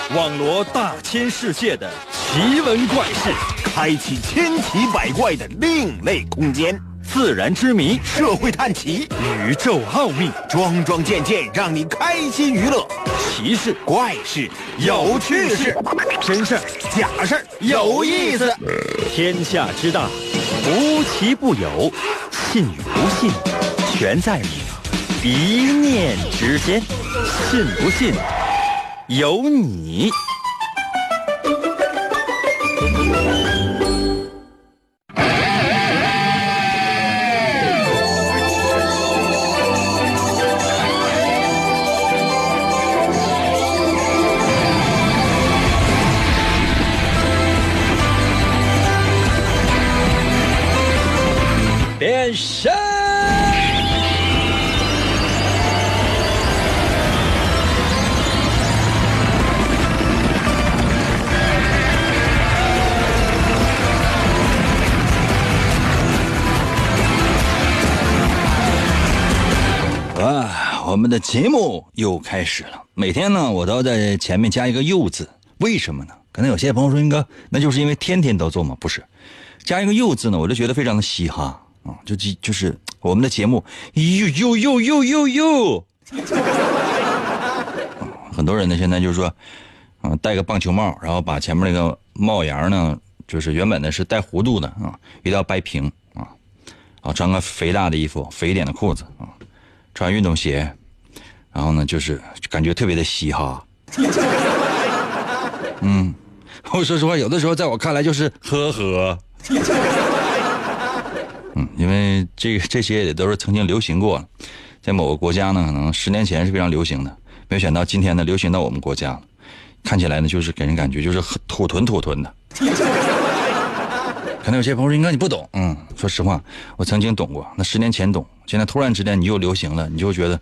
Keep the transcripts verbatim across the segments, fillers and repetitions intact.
网罗大千世界的奇闻怪事， 开启千奇百怪的另类空间， 自然之谜， 社会探奇， 宇宙奥秘， 桩桩件件让你开心娱乐。 奇事怪事有趣事， 真事儿假事儿有意思。 天下之大，无奇不有，信与不信全在你一念之间。信不信由你。变身！啊，我们的节目又开始了。每天呢，我都要在前面加一个又字，为什么呢？可能有些朋友说，应该那就是因为天天都做吗？不是，加一个又字呢，我就觉得非常的嘻哈。啊，就就是我们的节目，呦呦呦呦呦呦，很多人呢现在就是说，啊，戴个棒球帽，然后把前面那个帽檐呢，就是原本呢是带弧度的啊，一定要掰平啊，啊，穿个肥大的衣服，肥一点的裤子啊，穿运动鞋，然后呢就是感觉特别的嘻哈。嗯，我说实话，有的时候在我看来就是呵呵。嗯，因为这个这些也都是曾经流行过了，在某个国家呢，可能十年前是非常流行的，没有想到今天呢流行到我们国家了，看起来呢就是给人感觉就是土屯土屯的。可能有些朋友说应该你不懂，嗯，说实话，我曾经懂过，那十年前懂，现在突然之间你又流行了，你就觉得，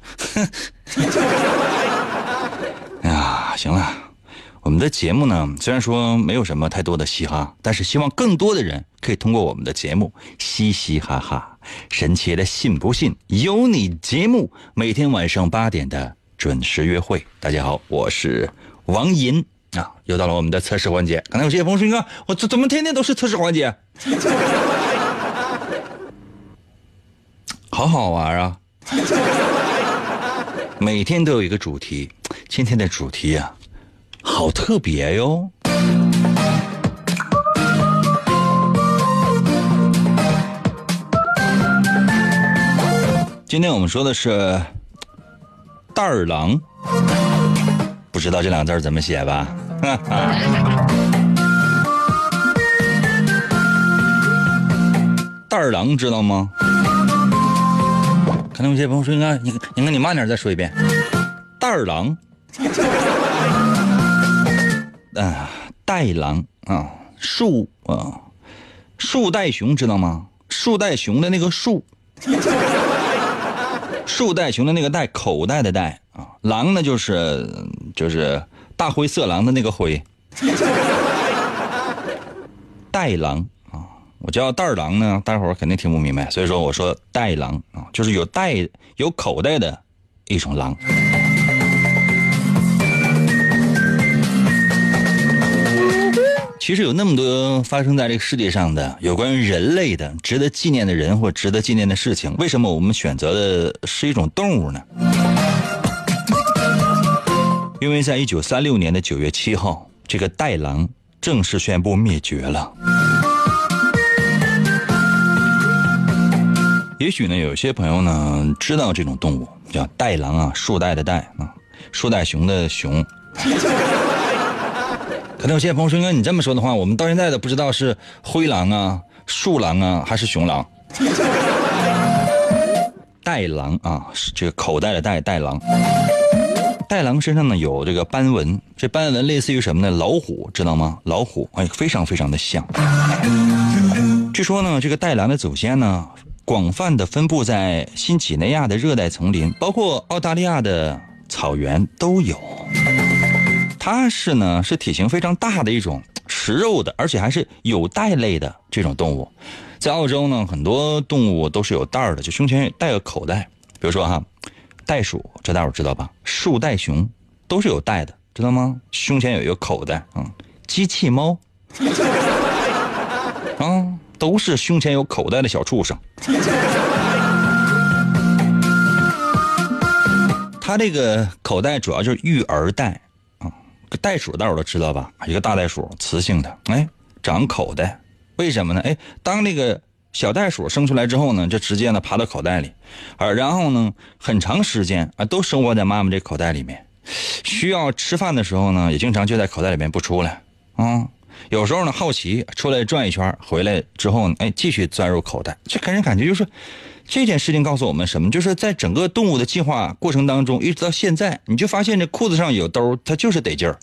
哎呀，行了。我们的节目呢，虽然说没有什么太多的嘻哈，但是希望更多的人可以通过我们的节目嘻嘻哈哈。神奇的信不信由你节目，每天晚上八点的准时约会。大家好，我是王银啊，又到了我们的测试环节。可能有些朋友说，我怎么天天都是测试环节？好好玩啊！每天都有一个主题，今天的主题啊。好特别哟！今天我们说的是袋儿郎，不知道这两个字怎么写吧？袋儿郎知道吗？可能有些朋友说，应该你你看你慢点再说一遍，袋儿郎。啊，袋郎啊，树啊，树袋熊知道吗？树袋熊的那个树，树袋熊的那个袋，口袋的袋啊，狼呢就是就是大灰色狼的那个灰，袋郎啊，我叫袋郎呢，待会儿肯定听不明白，所以说我说袋郎啊，就是有袋有口袋的一种狼。其实有那么多发生在这个世界上的有关于人类的值得纪念的人或值得纪念的事情，为什么我们选择的是一种动物呢？因为在一九三六年的九月七号，这个袋狼正式宣布灭绝了。也许呢，有些朋友呢知道这种动物叫袋狼啊，树袋的袋啊，树袋熊的熊。可能有些朋友说，你这么说的话，我们到现在都不知道是灰狼啊、树狼啊还是熊狼。袋狼啊，这个口袋的袋袋狼。袋狼身上呢有这个斑纹，这斑纹类似于什么呢？老虎，知道吗？老虎，哎，非常非常的像。据说呢，这个袋狼的祖先呢，广泛的分布在新几内亚的热带丛林，包括澳大利亚的草原都有。它是呢是体型非常大的一种食肉的，而且还是有袋类的这种动物。在澳洲呢，很多动物都是有袋的，就胸前带个口袋。比如说哈，袋鼠，这大伙知道吧？树袋熊都是有袋的， 知道吗？胸前有一个口袋，嗯，机器猫，啊，都是胸前有口袋的小畜生。它这个口袋主要就是育儿袋啊，袋鼠袋我都知道吧，一个大袋鼠，雌性的，哎，长口袋，为什么呢？哎，当这个小袋鼠生出来之后呢，就直接呢爬到口袋里，而然后呢，很长时间啊都生活在妈妈这口袋里面，需要吃饭的时候呢，也经常就在口袋里面不出来啊。有时候呢好奇出来转一圈，回来之后呢，哎，继续钻入口袋。这给人感觉就是这件事情告诉我们什么？就是在整个动物的进化过程当中，一直到现在，你就发现这裤子上有兜，它就是得劲儿。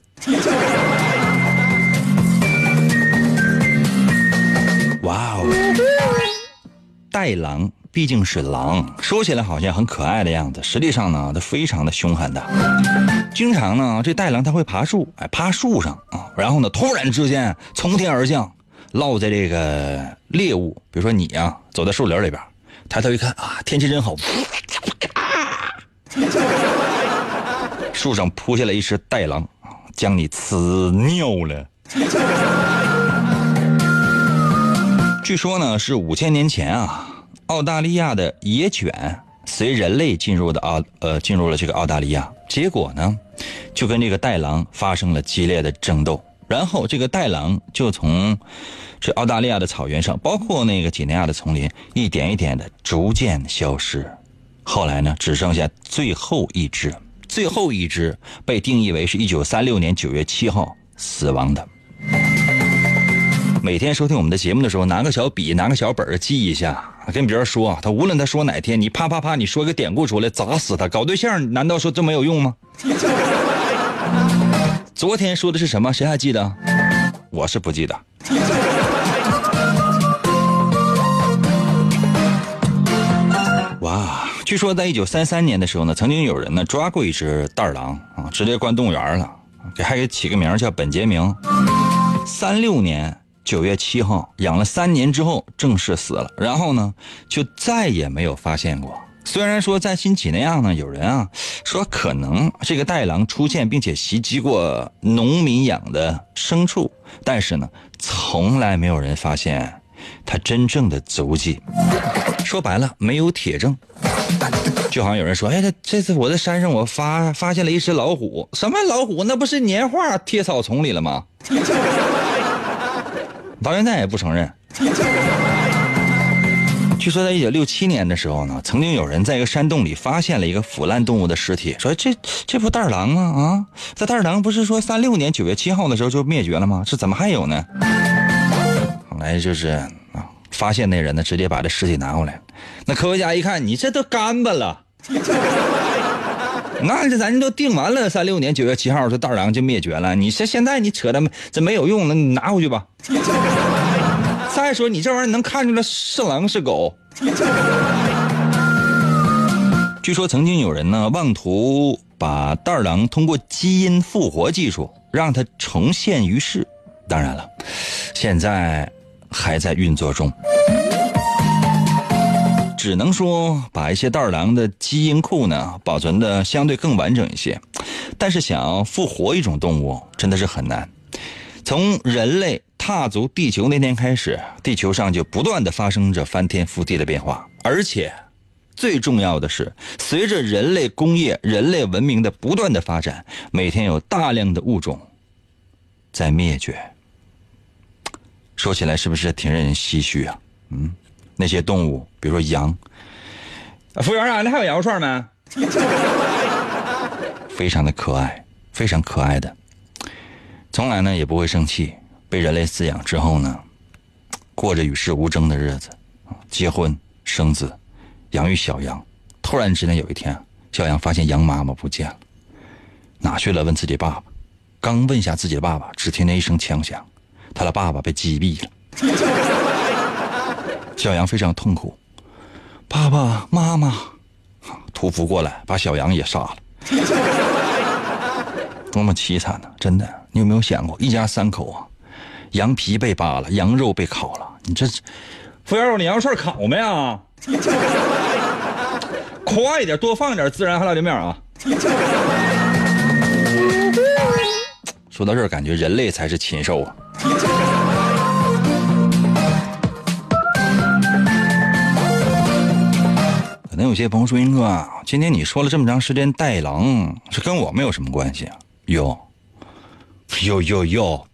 哇哦！袋狼毕竟是狼，说起来好像很可爱的样子，实际上呢，它非常的凶狠的。经常呢，这袋狼它会爬树，哎，爬树上啊，然后呢，突然之间从天而降，落在这个猎物，比如说你啊，走在树林里边，抬头一看啊，天气真好，树上扑下来一只袋狼，将你吃尿了。据说呢，是五千年前啊，澳大利亚的野犬随人类进入的澳呃进入了这个澳大利亚，结果呢，就跟这个袋狼发生了激烈的争斗，然后这个袋狼就从这澳大利亚的草原上，包括那个几内亚的丛林，一点一点的逐渐消失。后来呢，只剩下最后一只，最后一只被定义为是一九三六年九月七号死亡的。每天收听我们的节目的时候，拿个小笔拿个小本记一下，跟别人说他无论他说哪天你啪啪啪你说个典故出来砸死他。搞对象难道说这没有用吗？昨天说的是什么？谁还记得？我是不记得。哇，据说在一九三三年的时候呢，曾经有人呢抓过一只袋狼啊，直接关动物园了，给还给起个名叫本杰明。三六年九月七号养了三年之后正式死了，然后呢就再也没有发现过。虽然说在新几内亚呢有人啊说可能这个袋狼出现并且袭击过农民养的牲畜，但是呢从来没有人发现它真正的足迹。说白了没有铁证。就好像有人说，哎，这这次我在山上我发发现了一只老虎。什么老虎？那不是年画贴草丛里了吗？到现在也不承认。据说在一九六七年的时候呢，曾经有人在一个山洞里发现了一个腐烂动物的尸体，说这这不袋狼啊啊！这袋狼不是说三六年九月七号的时候就灭绝了吗？这怎么还有呢？后来就是啊，发现那人呢，直接把这尸体拿过来，那科学家一看，你这都干巴了。那这咱都定完了，三六年九月七号这袋狼就灭绝了。你这现在你扯的这没有用了，你拿回去吧。再说你这玩意儿能看出来是狼是狗。据说曾经有人呢妄图把袋狼通过基因复活技术让它重现于世，当然了，现在还在运作中。只能说把一些袋狼的基因库呢保存的相对更完整一些，但是想要复活一种动物真的是很难。从人类踏足地球那天开始，地球上就不断的发生着翻天覆地的变化，而且最重要的是，随着人类工业、人类文明的不断的发展，每天有大量的物种在灭绝。说起来是不是挺让人唏嘘啊？嗯。那些动物比如说羊，服务员啊，那还有羊肉串吗？非常的可爱，非常可爱的，从来呢也不会生气，被人类饲养之后呢过着与世无争的日子，结婚生子养育小羊。突然之间有一天，小羊发现羊妈妈不见了，哪去了？问自己爸爸，刚问下自己的爸爸，只听见一声枪响，他的爸爸被击毙了。小羊非常痛苦，爸爸妈妈屠夫过来把小羊也杀了。多么凄惨呢、啊、真的，你有没有想过一家三口啊，羊皮被扒了，羊肉被烤了，你这服务员，你羊肉串烤没啊？快一点，多放点孜然和辣椒面啊。 说到这儿，感觉人类才是禽兽啊。可能有些朋友说，英哥啊，今天你说了这么长时间带狼，这跟我没有什么关系啊？有，有有有。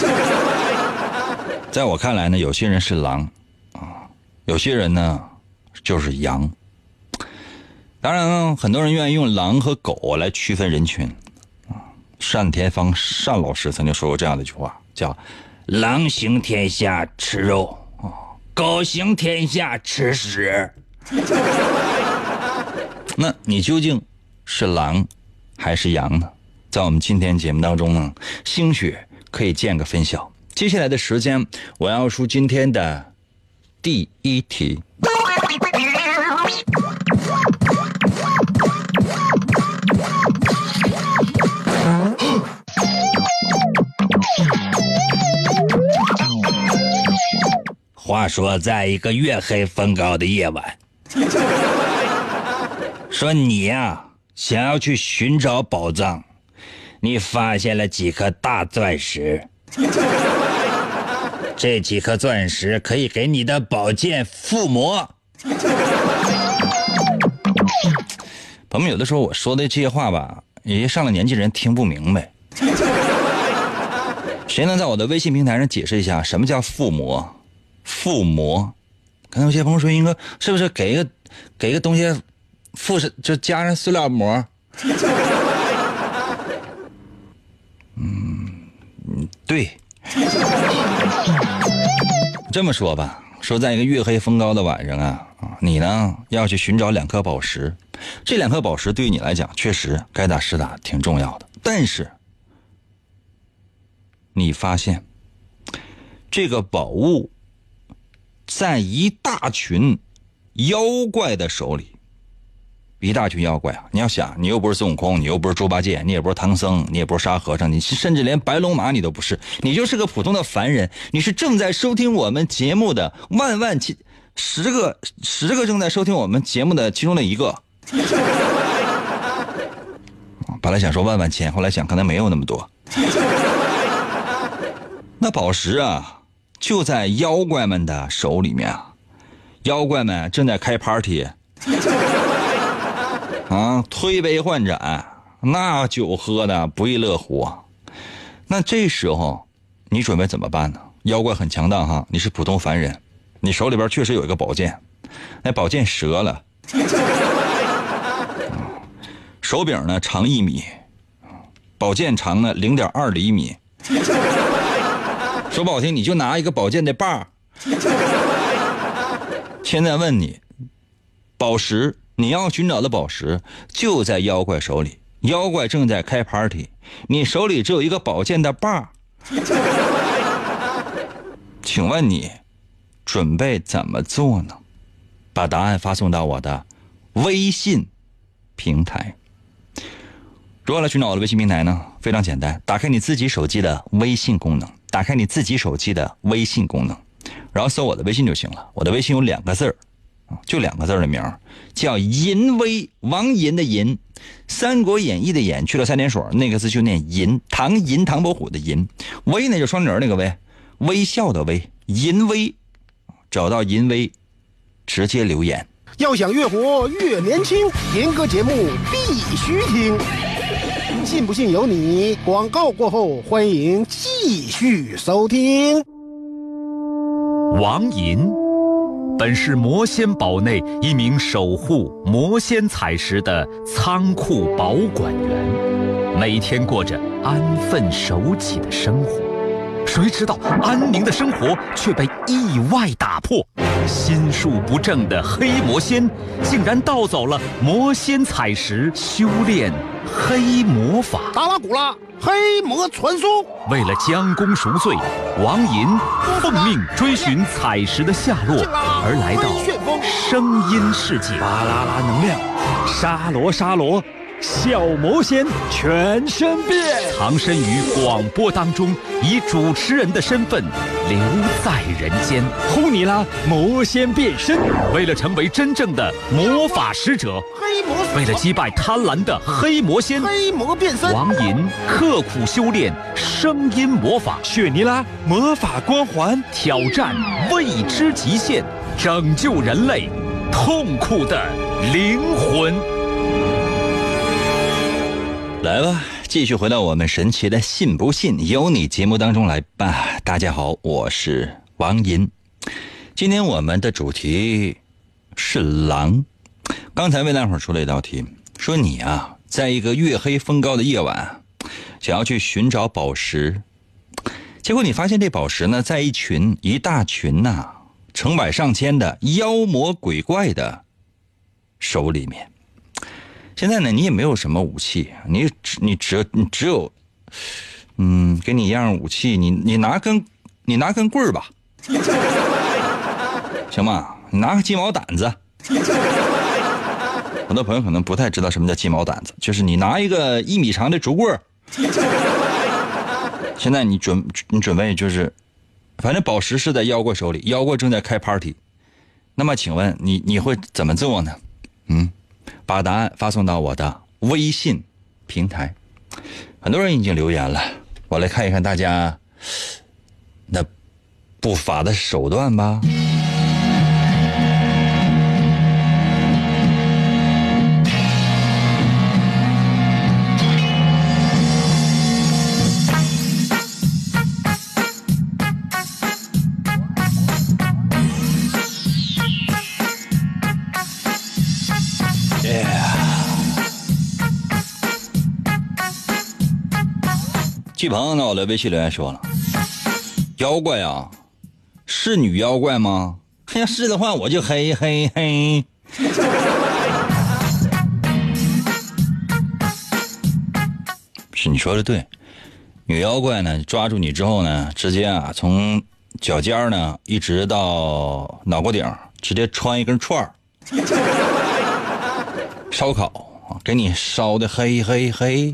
在我看来呢，有些人是狼啊，有些人呢就是羊。当然，很多人愿意用狼和狗来区分人群啊。单田芳单老师曾经说过这样的一句话，叫“狼行天下吃肉啊，狗行天下吃屎”。那你究竟是狼还是羊呢？在我们今天节目当中呢，兴许可以见个分晓。接下来的时间，我要出今天的第一题。话说，在一个月黑风高的夜晚，说你呀、啊、想要去寻找宝藏，你发现了几颗大钻石，这几颗钻石可以给你的宝剑附魔。朋友们，有的时候我说的这些话吧，有些上了年纪人听不明白。谁能在我的微信平台上解释一下什么叫附魔？附魔，可能有些朋友说，英哥是不是给一个给一个东西附上，就加上塑料膜？嗯，对。这么说吧，说在一个月黑风高的晚上啊，你呢要去寻找两颗宝石，这两颗宝石对于你来讲确实该打实打，挺重要的。但是你发现这个宝物在一大群妖怪的手里。一大群妖怪啊！你要想，你又不是孙悟空，你又不是猪八戒，你也不是唐僧，你也不是沙和尚，你甚至连白龙马你都不是，你就是个普通的凡人。你是正在收听我们节目的万万其十个十个正在收听我们节目的其中的一个。本来想说万万千，后来想可能没有那么多。那宝石啊，就在妖怪们的手里面啊，妖怪们正在开 party。啊，推杯换盏，那酒喝的不亦乐乎啊！那这时候你准备怎么办呢？妖怪很强大哈，你是普通凡人，你手里边确实有一个宝剑，那宝剑折了，手柄呢长一米，宝剑长呢零点二厘米。说不好听，你就拿一个宝剑的把儿。现在问你，宝石。你要寻找的宝石就在妖怪手里，妖怪正在开 party， 你手里只有一个宝剑的把。请问你准备怎么做呢？把答案发送到我的微信平台。如何来寻找我的微信平台呢？非常简单，打开你自己手机的微信功能，打开你自己手机的微信功能，然后搜我的微信就行了。我的微信有两个字儿，就两个字的名，叫淫威，王淫的淫，三国演义的演去了三点水，那个字就念淫，唐寅唐伯虎的寅，威呢就双人那个威，微笑的微，淫威。找到淫威直接留言。 要想越活越年轻，严哥节目必须听，信不信由你。广告过后，欢迎继续收听。 王寅本是魔仙堡内一名守护魔仙彩石的仓库保管员，每天过着安分守己的生活。谁知道安宁的生活却被意外打破，心术不正的黑魔仙竟然盗走了魔仙彩石，修炼黑魔法。 达拉古拉黑魔传说。 为了将功赎罪，王寅奉命追寻彩石的下落，而来到声音世界。 巴啦啦能量，沙罗沙罗， 小魔仙全身变， 藏身于广播当中，以主持人的身份留在人间。 呼你啦，魔仙变身！ 为了成为真正的魔法使者， 黑魔为了击败贪婪的黑魔仙， 黑魔变身， 王银刻苦修炼声音魔法， 雪尼拉魔法光环， 挑战未知极限，拯救人类痛苦的灵魂。 来吧，继续回到我们神奇的信不信由你节目当中来吧。大家好，我是王银。今天我们的主题是狼。刚才为大伙儿出了一道题，说你啊，在一个月黑风高的夜晚，想要去寻找宝石，结果你发现这宝石呢，在一群一大群呐、啊，成百上千的妖魔鬼怪的手里面。现在呢，你也没有什么武器，你只你只你只有，嗯，给你一样武器，你你拿根你拿根棍儿吧，行吗？你拿个鸡毛掸子。很多朋友可能不太知道什么叫鸡毛掸子，就是你拿一个一米长的竹棍儿。现在你准你准备就是，反正宝石是在妖怪手里，妖怪正在开 party。那么请问你你会怎么做呢？嗯。把答案发送到我的微信平台，很多人已经留言了，我来看一看大家那不法的手段吧。巨鹏呢，我的微信留言说了，妖怪啊，是女妖怪吗？要是的话，我就嘿嘿嘿。是你说的对，女妖怪呢，抓住你之后呢，直接啊，从脚尖呢一直到脑瓜顶，直接穿一根串儿，烧烤，给你烧的嘿嘿嘿。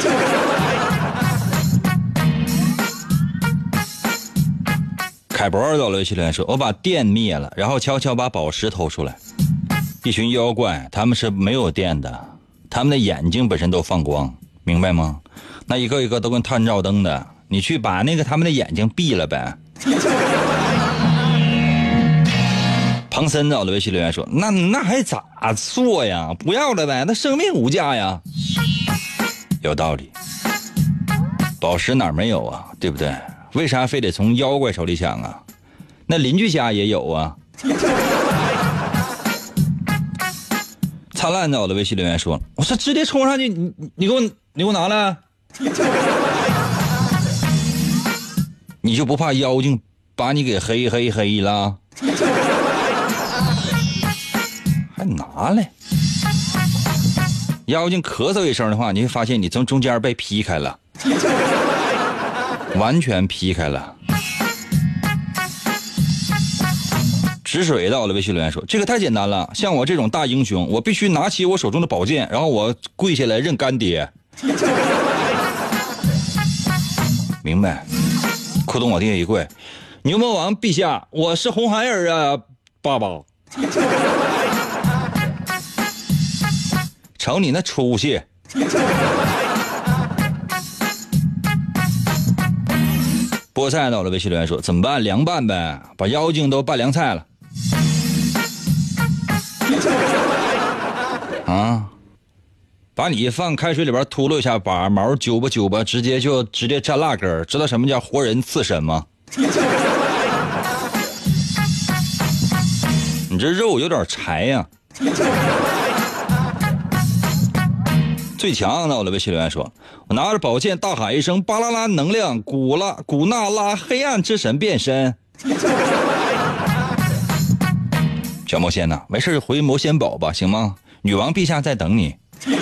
凯博到了微信留言说，我把电灭了，然后悄悄把宝石偷出来。一群妖怪，他们是没有电的，他们的眼睛本身都放光，明白吗？那一个一个都跟探照灯的，你去把那个他们的眼睛闭了呗。庞森到了微信留言说，那那还咋做呀？不要了呗，那生命无价呀。有道理，宝石哪儿没有啊？对不对？为啥非得从妖怪手里抢啊？那邻居家也有啊。灿烂在我的微信留言说，我说直接冲上去，你你给我你给我拿来。你就不怕妖精把你给黑黑黑了？还拿来？妖精咳嗽一声的话，你会发现你从中间被劈开了。完全劈开了。止水到了微信留言说，这个太简单了，像我这种大英雄，我必须拿起我手中的宝剑，然后我跪下来认干爹。明白？裤东我爹一跪，牛魔王陛下，我是红孩儿啊，爸爸。瞅你那出息。菠菜到了微信留言说，怎么办？凉拌呗，把妖精都拌凉菜了。啊，把你放开水里边秃噜一下，把毛揪吧揪吧，直接就直接蘸辣根，知道什么叫活人刺身吗？你这肉有点柴呀、啊。最强到了微信留言说，我拿着宝剑大喊一声，巴啦啦能量，古拉古纳拉黑暗之神变身。小魔仙呐、啊，没事回魔仙堡吧，行吗？女王陛下在等你。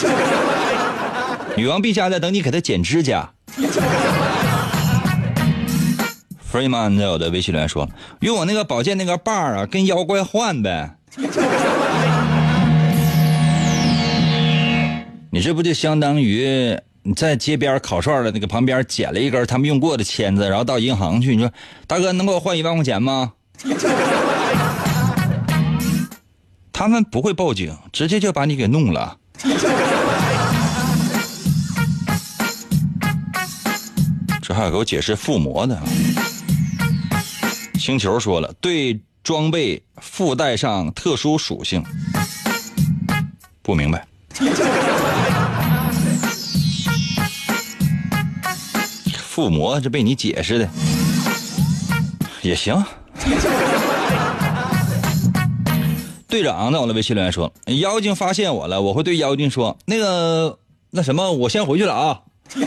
女王陛下在等你给她剪指甲。Freeman 在我的微信留言说，用我那个宝剑那个把儿啊，跟妖怪换呗。 你这不就相当于你在街边烤串的那个旁边捡了一根他们用过的签子，然后到银行去，你说大哥能给我换一万块钱吗？他们不会报警，直接就把你给弄了。这还有给我解释附魔的。星球说了，对装备附带上特殊属性，不明白。附魔这被你解释的也行。队长在我的微信留言说，妖精发现我了，我会对妖精说，那个那什么我先回去了啊。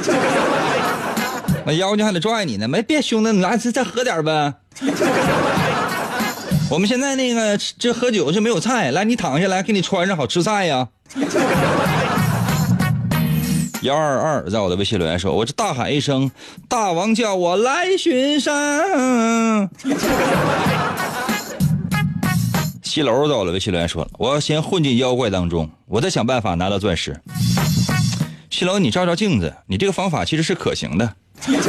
那妖精还得拽你呢，没别凶的，你来再喝点呗。我们现在那个这喝酒就没有菜，来你躺下来给你穿上好吃菜呀。幺二二在我的微信留言说，我这大喊一声，大王叫我来巡山。西楼在我的微信留言说，我要先混进妖怪当中，我再想办法拿到钻石。西楼你照照镜子，你这个方法其实是可行的。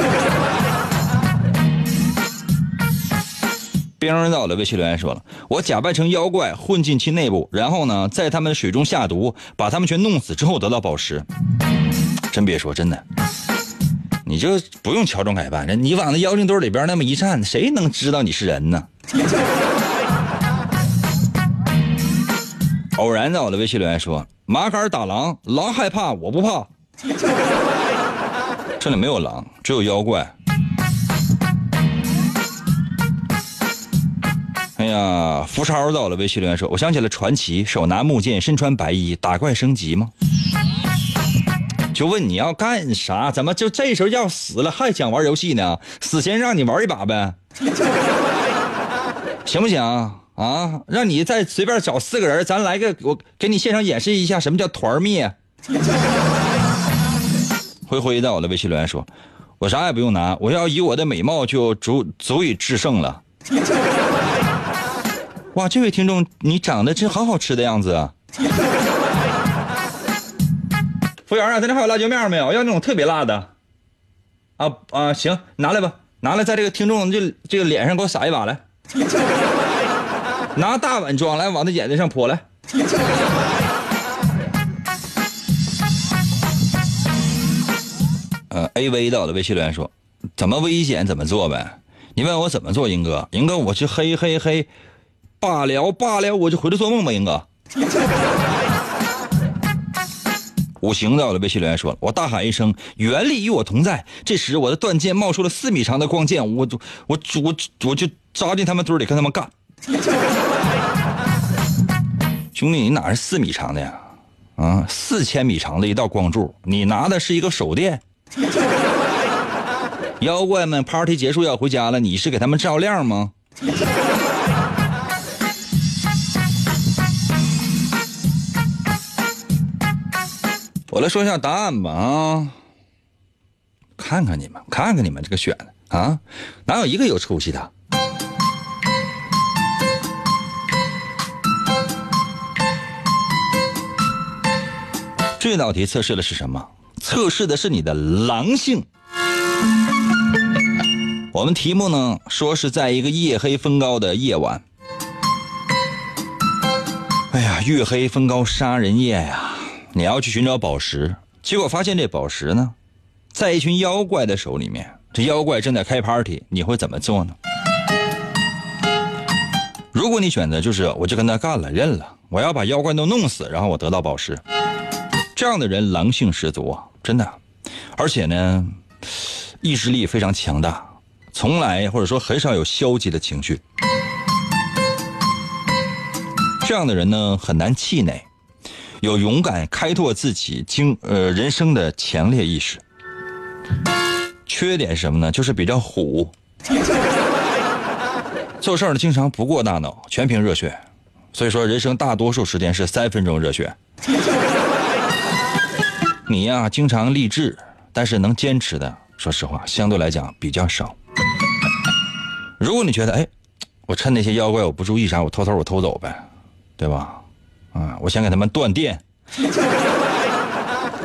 冰人在我的微信留言说了，我假扮成妖怪混进其内部，然后呢在他们水中下毒，把他们全弄死之后得到宝石。真别说，真的，你就不用乔装改扮，你往那妖精堆里边那么一站，谁能知道你是人呢？偶然在我的微信留言说，麻杆打狼，狼害怕我不怕。这里没有狼，只有妖怪。哎呀，福超在我的微信留言说，我想起了传奇，手拿木剑，身穿白衣，打怪升级吗？就问你要干啥？怎么就这时候要死了还想玩游戏呢？死前让你玩一把呗，行不行啊？让你再随便找四个人，咱来个，我给你现场演示一下什么叫团灭。灰灰在我的微信留言说，我啥也不用拿，我要以我的美貌就足足以制胜了。哇，这位听众你长得真好好吃的样子啊。服务员啊，咱这还有辣椒面没有？要那种特别辣的。啊啊，行，拿来吧，拿来，在这个听众这这个脸上给我撒一把来。拿大碗装来，往他眼睛上泼来。呃 ，A V 到了微信留言说，怎么危险怎么做呗？你问我怎么做，英哥，英哥我是嘿嘿嘿，罢了罢了，我就回去做梦吧，英哥。五行在我的微信留言说，我大喊一声，原力与我同在。这时我的断剑冒出了四米长的光剑，我就我我我就扎进他们堆里跟他们干。兄弟，你哪是四米长的呀？啊，四千米长的一道光柱，你拿的是一个手电。妖怪们 party 结束要回家了，你是给他们照亮吗？我来说一下答案吧啊！看看你们，看看你们这个选的啊，哪有一个有出息的？这道题测试的是什么？测试的是你的狼性。我们题目呢说是在一个夜黑风高的夜晚，哎呀，月黑风高杀人夜呀，你要去寻找宝石，结果发现这宝石呢在一群妖怪的手里面，这妖怪正在开 party， 你会怎么做呢？如果你选择就是我就跟他干了，认了，我要把妖怪都弄死，然后我得到宝石，这样的人狼性十足啊，真的，而且呢意志力非常强大，从来或者说很少有消极的情绪，这样的人呢很难气馁，有勇敢开拓自己经呃人生的强烈意识。缺点是什么呢？就是比较虎，做事儿呢经常不过大脑，全凭热血，所以说人生大多数时间是三分钟热血。你呀、啊、经常励志，但是能坚持的说实话相对来讲比较少。如果你觉得哎，我趁那些妖怪我不注意啥，我偷偷我偷走呗，对吧？啊，我想给他们断电，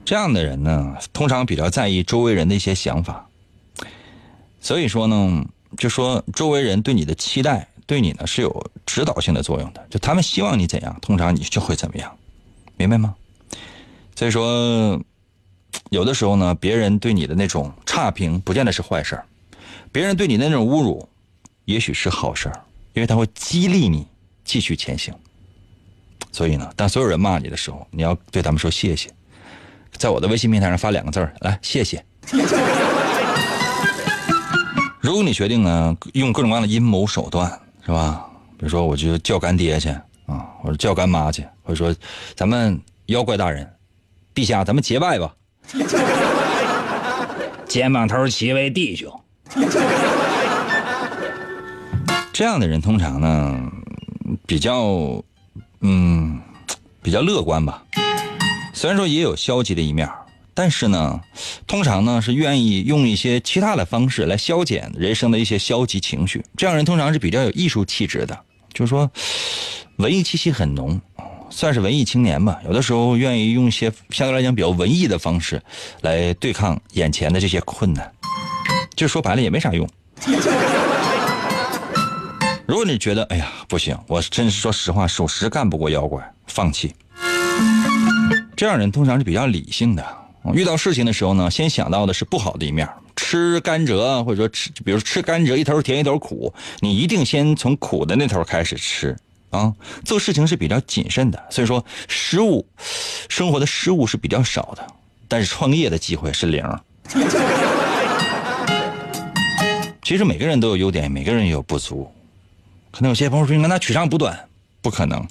这样的人呢，通常比较在意周围人的一些想法。所以说呢，就说周围人对你的期待，对你呢是有指导性的作用的。就他们希望你怎样，通常你就会怎么样，明白吗？所以说，有的时候呢，别人对你的那种差评，不见得是坏事；别人对你的那种侮辱，也许是好事，因为他会激励你继续前行。所以呢，当所有人骂你的时候，你要对他们说谢谢。在我的微信平台上发两个字儿，来，谢谢。如果你决定呢，用各种各样的阴谋手段，是吧？比如说，我就叫干爹去啊，或者叫干妈去，或者说，咱们妖怪大人，陛下，咱们结拜吧，肩膀头齐为弟兄。这样的人通常呢，比较，嗯，比较乐观吧。虽然说也有消极的一面，但是呢，通常呢是愿意用一些其他的方式来消减人生的一些消极情绪。这样人通常是比较有艺术气质的，就是说文艺气息很浓，算是文艺青年吧。有的时候愿意用一些相对来讲比较文艺的方式来对抗眼前的这些困难，就说白了也没啥用。如果你觉得哎呀不行，我真是说实话，属实干不过妖怪，放弃。这样人通常是比较理性的，遇到事情的时候呢，先想到的是不好的一面。吃甘蔗，或者说吃，比如吃甘蔗一头甜一头苦，你一定先从苦的那头开始吃啊。做事情是比较谨慎的，所以说失误，生活的失误是比较少的，但是创业的机会是零。其实每个人都有优点，每个人也有不足。可能有些朋友说，那取长补短，不可能。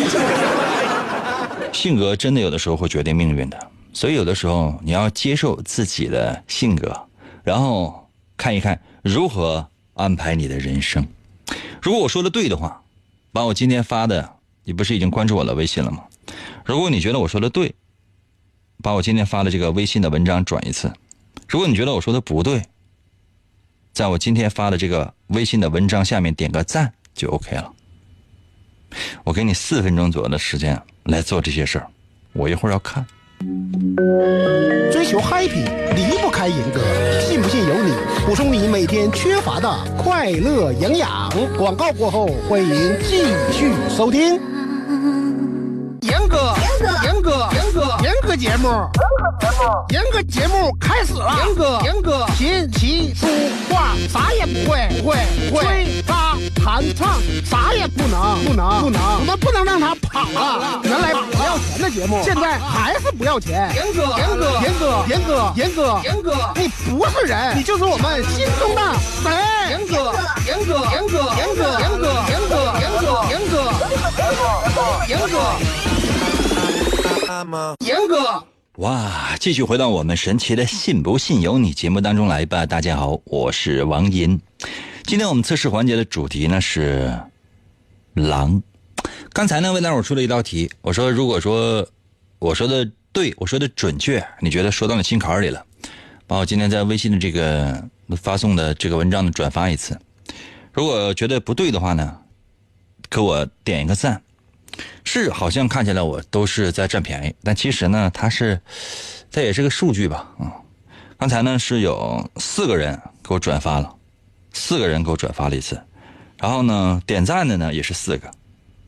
性格真的有的时候会决定命运的，所以有的时候你要接受自己的性格，然后看一看如何安排你的人生。如果我说的对的话，把我今天发的，你不是已经关注我的微信了吗？如果你觉得我说的对，把我今天发的这个微信的文章转一次。如果你觉得我说的不对，在我今天发的这个微信的文章下面点个赞就 OK 了。我给你四分钟左右的时间来做这些事儿，我一会儿要看。 追求 happy 离不开严哥，信不信由你，补充你每天缺乏的快乐营养。广告过后，欢迎继续收听。严哥，严哥，严哥，严哥节目，严哥节目开始了。严哥，严哥，琴棋书画啥也不会，不会，不会，吹拉弹唱啥也不能，不能，不能，我们不能让他跑了。原来不要钱的节目，现在还是不要钱。严哥，严哥，严哥，严哥，严哥，严哥，你不是人，你就是我们心中的神。严哥，严哥，严哥，严哥，严哥，严哥，严哥，严哥，严哥，严哥。 哇，继续回到我们神奇的信不信由你节目当中来吧。大家好，我是王银。今天我们测试环节的主题呢是狼。刚才呢为大伙出了一道题，我说如果说我说的对，我说的准确，你觉得说到了心坎里了，把我今天在微信的这个发送的这个文章呢转发一次。如果觉得不对的话呢，给我点一个赞。是好像看起来我都是在占便宜，但其实呢它是它也是个数据吧。嗯，刚才呢是有四个人给我转发了，四个人给我转发了一次，然后呢点赞的呢也是四个，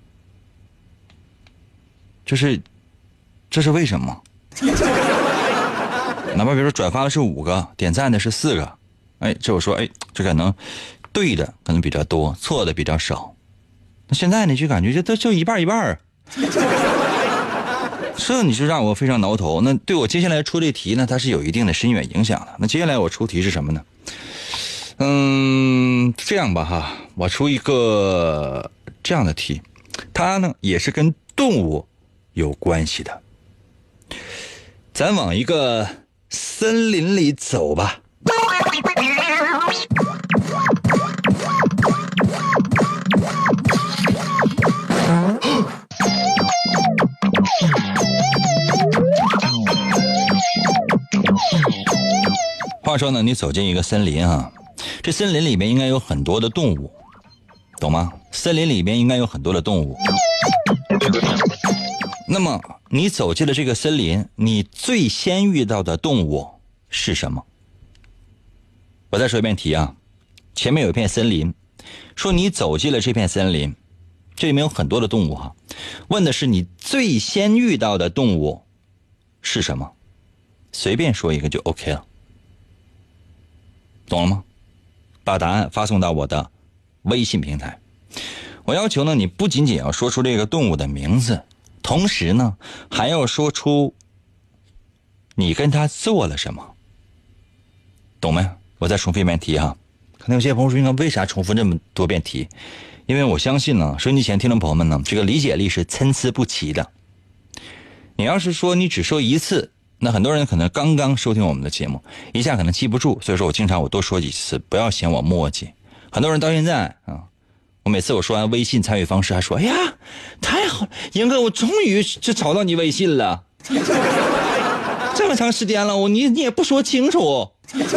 这是这是为什么？哪怕比如说转发的是五个，点赞的是四个，哎，这我说哎，这可能对的可能比较多，错的比较少。那现在呢就感觉就就一半一半，这你就让我非常挠头。那对我接下来出这题呢，它是有一定的深远影响的。那接下来我出题是什么呢？嗯，这样吧哈，我出一个这样的题，它呢也是跟动物有关系的。咱往一个森林里走吧。话说呢，你走进一个森林啊，这森林里面应该有很多的动物，懂吗？森林里面应该有很多的动物。那么你走进了这个森林，你最先遇到的动物是什么？我再说一遍题啊，前面有一片森林，说你走进了这片森林，这里面有很多的动物哈，问的是你最先遇到的动物是什么？随便说一个就 OK 了，懂了吗？把答案发送到我的微信平台。我要求呢，你不仅仅要说出这个动物的名字，同时呢，还要说出你跟他做了什么，懂没？我再重复一遍题哈。可能有些朋友说，应该为啥重复这么多遍题？因为我相信呢，收音机前听众朋友们呢，这个理解力是参差不齐的。你要是说你只说一次，那很多人可能刚刚收听我们的节目，一下可能记不住，所以说我经常我多说几次，不要嫌我磨叽。很多人到现在啊，我每次我说完微信参与方式，还说：“哎呀，太好了，英哥，我终于就找到你微信了，这么长时间了，我你你也不说清楚。”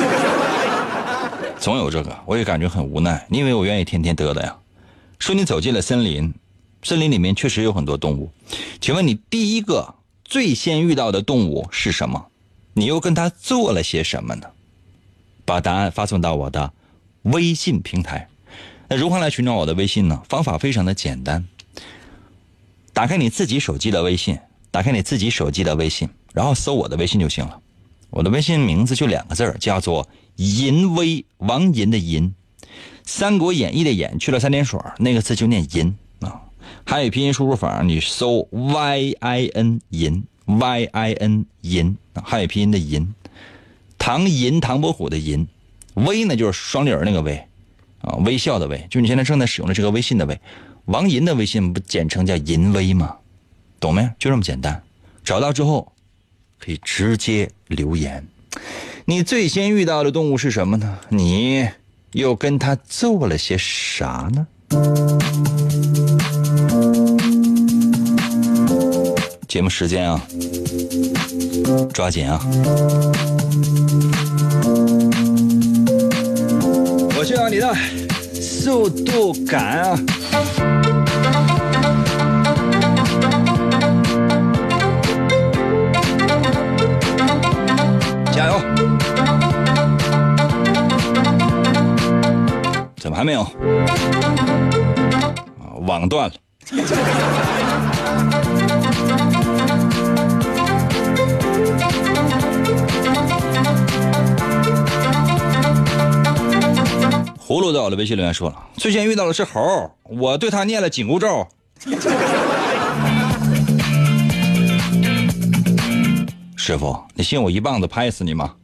总有这个，我也感觉很无奈，因为我愿意天天嘚的呀。说你走进了森林，森林里面确实有很多动物，请问你第一个最先遇到的动物是什么？你又跟它做了些什么呢？把答案发送到我的微信平台。那如何来寻找我的微信呢？方法非常的简单，打开你自己手机的微信，打开你自己手机的微信，然后搜我的微信就行了。我的微信名字就两个字，叫做淫威，王淫的淫，三国演义的演去了三点水，那个字就念淫啊。还有拼音输入法，你搜 Y I N 淫 Y I N 淫，还有拼音的淫，唐寅唐伯虎的寅，微呢就是双立人那个微啊，微笑的微，就是你现在正在使用的这个微信的微。王淫的微信不简称叫淫微吗？懂没？就这么简单。找到之后可以直接留言。你最先遇到的动物是什么呢？你又跟它做了些啥呢？节目时间啊，抓紧啊！我需要你的速度感啊！加油！怎么还没有？网断了。葫芦在我的微信留言说了，最先遇到的是猴，我对他念了紧箍咒。师傅，你信我一棒子拍死你吗？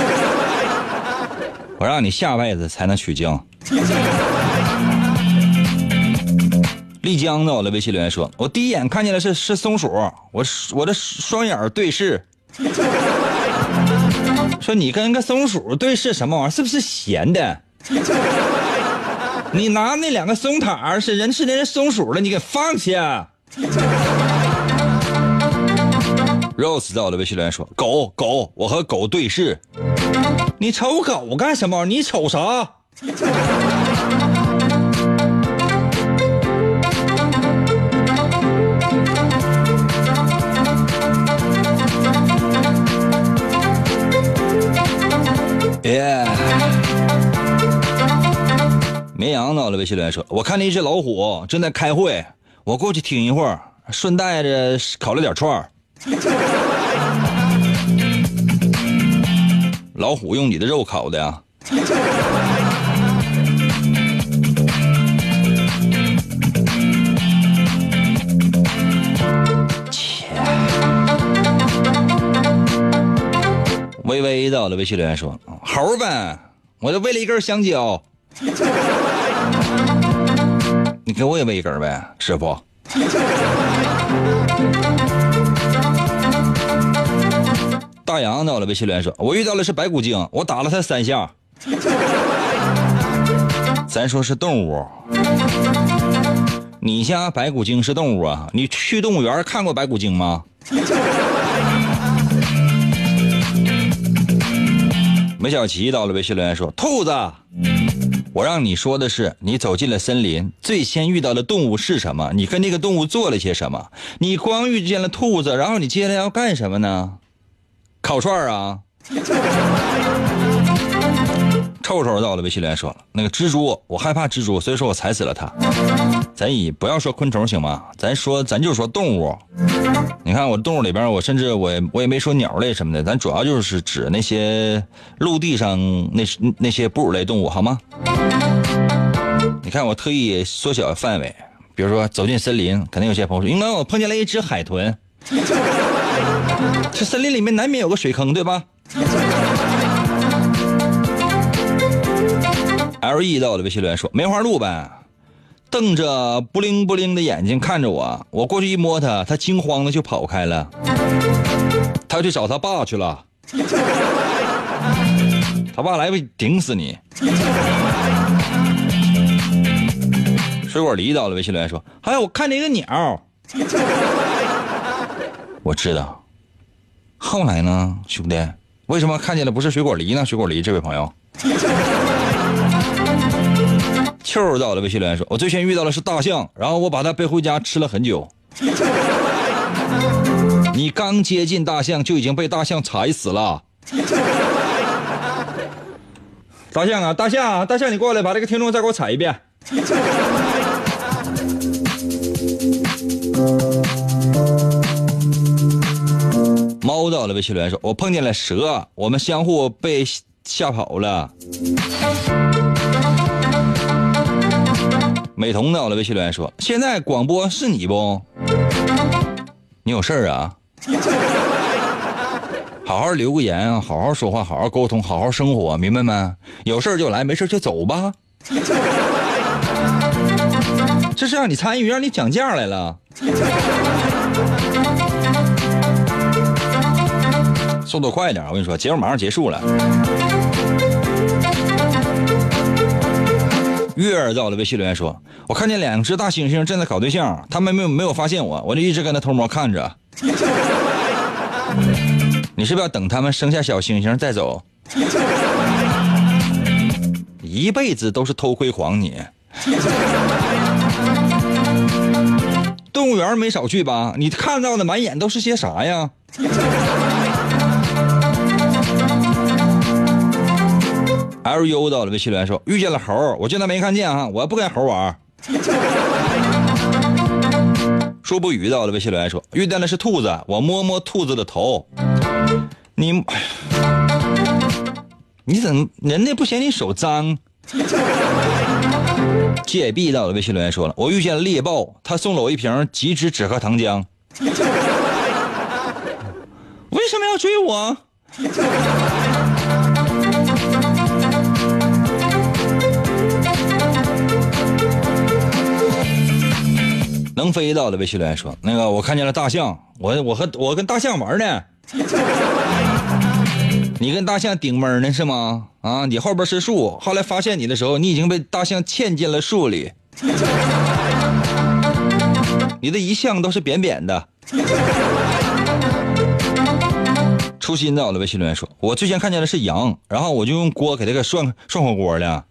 我让你下辈子才能取经。丽江在我的微信留言说，我第一眼看见的是是松鼠，我我的双眼对视。说你跟个松鼠对视什么玩意儿？是不是闲的？你拿那两个松塔是人是人家松鼠的，你给放下。Rose 在我的微信留言说，狗狗，我和狗对视。你瞅狗干什么？你瞅啥？耶、yeah ！绵羊到了微信留言说，我看见一只老虎正在开会，我过去听一会儿，顺带着烤了点串儿。老虎用你的肉烤的呀？切！微微到了微信留言说，猴呗，我就喂了一根香蕉。你给我也喂一根呗，师傅。大洋到了微信留言说，我遇到的是白骨精，我打了他三下。咱说是动物，你家白骨精是动物啊？你去动物园看过白骨精吗？梅小琪到了微信留言说，兔子， 我让你说的是，你走进了森林，最先遇到的动物是什么？你跟那个动物做了些什么？你光遇见了兔子，然后你接下来要干什么呢？烤串啊！臭臭到了，微信留言说了，那个蜘蛛，我害怕蜘蛛，所以说我踩死了它。咱以不要说昆虫行吗？咱说咱就说动物。你看我动物里边，我甚至我也我也没说鸟类什么的，咱主要就是指那些陆地上那那些哺乳类动物，好吗？你看我特意缩小范围，比如说走进森林，可能有些朋友说，应该我碰见了一只海豚。这森林里面难免有个水坑，对吧？L E 到了，微信留言说梅花鹿呗，瞪着不灵不灵的眼睛看着我，我过去一摸他，他惊慌的就跑开了，他去找他爸去了，他爸来会顶死你。水果梨到了，微信留言说还有我看见一个鸟。我知道，后来呢兄弟，为什么看见的不是水果梨呢？水果梨这位朋友秋到了，微信留言说我最先遇到的是大象，然后我把它背回家吃了很久。你刚接近大象就已经被大象踩死了。大象啊大象啊大象，你过来把这个听众再给我踩一遍。猫到了，微信留言说我碰见了蛇，我们相互被吓跑了。美瞳到了，微信留言说现在广播是你不？你有事儿啊？好好留个言啊，好好说话，好好沟通，好好生活，明白吗？有事就来，没事就走吧。这是让你参与，让你讲价来了。速度快一点，我跟你说，节目马上结束了。月儿到了，微信留言说我看见两只大猩猩正在搞对象，他们没有没有发现我，我就一直跟他偷摸看着。你是不是要等他们生下小猩猩再走？一辈子都是偷窥狂你。动物园没少去吧？你看到的满眼都是些啥呀？L U 到了，微信留言说遇见了猴，我竟然没看见啊，我不跟猴玩。说不语到了，微信留言说遇见的是兔子，我摸摸兔子的头。你你怎么人家不嫌你手脏？J B 到了，微信留言说了我遇见了猎豹，他送了我一瓶极致止咳糖浆。为什么要追我？能飞到的微信留言说那个我看见了大象，我我和我跟大象玩呢。你跟大象顶门呢是吗？啊，你后边是树，后来发现你的时候，你已经被大象嵌进了树里。你的一向都是扁扁的。初心到了，微信留言说我最先看见的是羊，然后我就用锅给它给涮涮火锅了。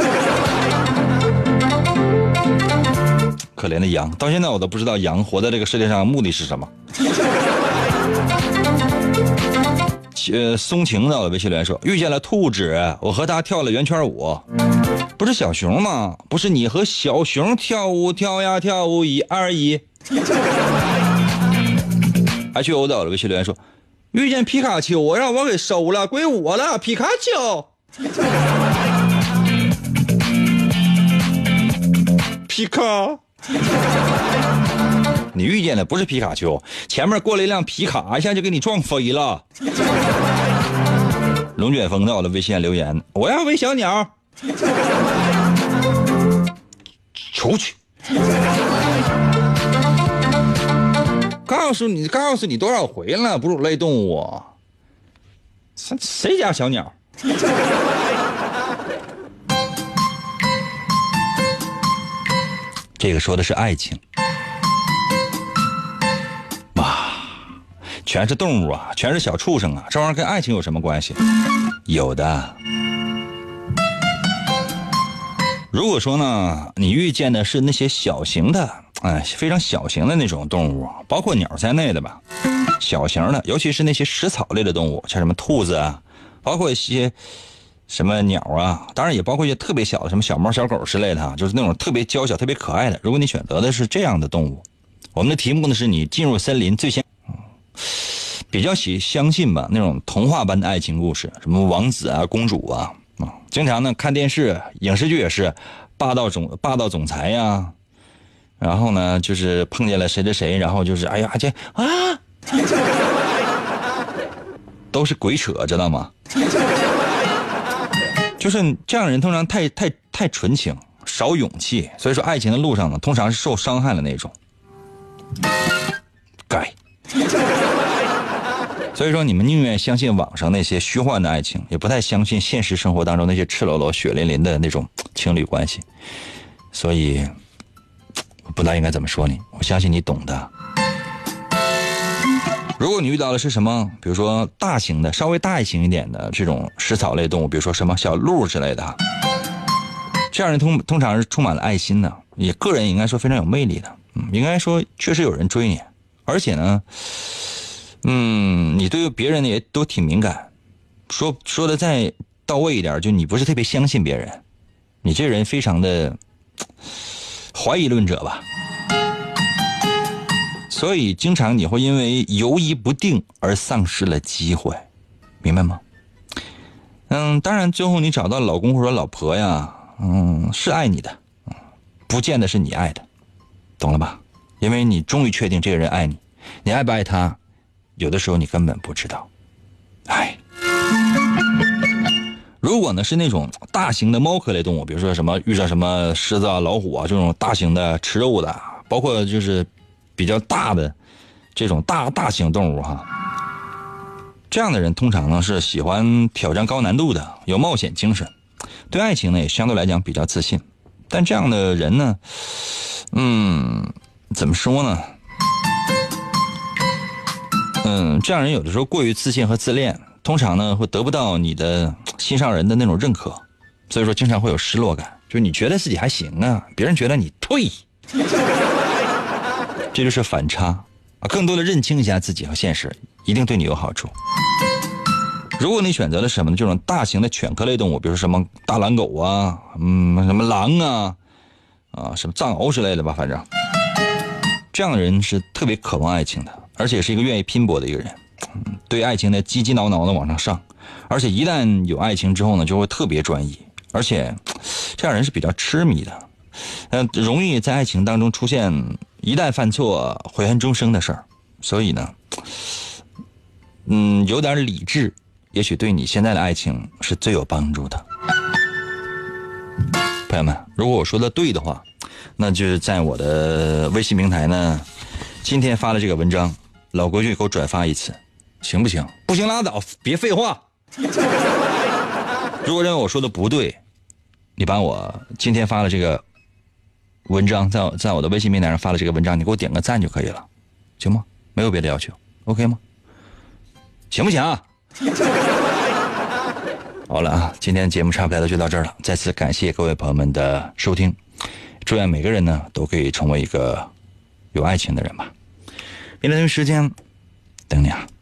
可怜的羊，到现在我都不知道羊活在这个世界上目的是什么。呃，松晴到了，微信留言说遇见了兔子，我和他跳了圆圈舞。不是小熊吗？不是你和小熊跳舞跳呀跳舞，一二一。H O 到了，微信留言说遇见皮卡丘，我让我给收了，归我了，皮卡丘。皮卡。你遇见的不是皮卡丘，前面过了一辆皮卡，一下就给你撞飞了。龙卷风到了，微信留言我要喂小鸟。出去。告诉你告诉你多少回了，哺乳类动物。谁家小鸟？这个说的是爱情。哇，全是动物啊，全是小畜生啊，这玩意儿跟爱情有什么关系？有的。 如果说呢，你遇见的是那些小型的，哎，非常小型的那种动物，包括鸟在内的吧，小型的，尤其是那些食草类的动物，像什么兔子啊，包括一些什么鸟啊，当然也包括一些特别小的，什么小猫、小狗之类的啊，就是那种特别娇小、特别可爱的。如果你选择的是这样的动物，我们的题目呢是你进入森林最先。比较喜相信吧，那种童话般的爱情故事，什么王子啊、公主啊，啊，经常呢看电视、影视剧也是霸道总霸道总裁呀、啊，然后呢就是碰见了谁谁谁，然后就是哎呀这啊，都是鬼扯，知道吗？就是这样的人通常太太太纯情，少勇气，所以说爱情的路上呢，通常是受伤害的那种。该。所以说你们宁愿相信网上那些虚幻的爱情，也不太相信现实生活当中那些赤裸裸血淋淋的那种情侣关系。所以我不知道应该怎么说你，我相信你懂的。如果你遇到的是什么，比如说大型的稍微大型一点的这种食草类动物，比如说什么小鹿之类的，这样人通通常是充满了爱心的，也个人应该说非常有魅力的，嗯，应该说确实有人追你，而且呢嗯，你对别人也都挺敏感，说说的再到位一点，就你不是特别相信别人，你这人非常的怀疑论者吧，所以经常你会因为犹疑不定而丧失了机会，明白吗？嗯，当然最后你找到老公或者老婆呀，嗯，是爱你的，不见得是你爱的，懂了吧？因为你终于确定这个人爱你，你爱不爱他？有的时候你根本不知道。哎，如果呢是那种大型的猫科类动物，比如说什么遇上什么狮子啊、老虎啊这种大型的吃肉的，包括就是比较大的这种大大型动物哈，这样的人通常呢是喜欢挑战高难度的，有冒险精神，对爱情呢也相对来讲比较自信。但这样的人呢，嗯，怎么说呢？嗯，这样人有的时候过于自信和自恋，通常呢会得不到你的心上人的那种认可，所以说经常会有失落感，就是你觉得自己还行啊，别人觉得你退，这就是反差啊。更多的认清一下自己和现实，一定对你有好处。如果你选择了什么呢？这种大型的犬科类动物，比如说什么大狼狗啊，嗯，什么狼啊，啊，什么藏獒之类的吧，反正这样的人是特别渴望爱情的。而且是一个愿意拼搏的一个人，嗯，对爱情的积极挠挠的往上上，而且一旦有爱情之后呢，就会特别专一，而且这样人是比较痴迷的，嗯、呃，容易在爱情当中出现一旦犯错悔恨终生的事儿，所以呢，嗯，有点理智，也许对你现在的爱情是最有帮助的。朋友们，如果我说的对的话，那就是在我的微信平台呢，今天发了这个文章，老规矩给我转发一次，行不行？不行拉倒，别废话。如果认为我说的不对，你把我今天发了这个文章，在在我的微信平台上发了这个文章，你给我点个赞就可以了，行吗？没有别的要求 ，OK 吗？行不行啊？好了啊，今天的节目差不多就到这儿了，再次感谢各位朋友们的收听，祝愿每个人呢都可以成为一个有爱情的人吧。明天同一时间等你啊。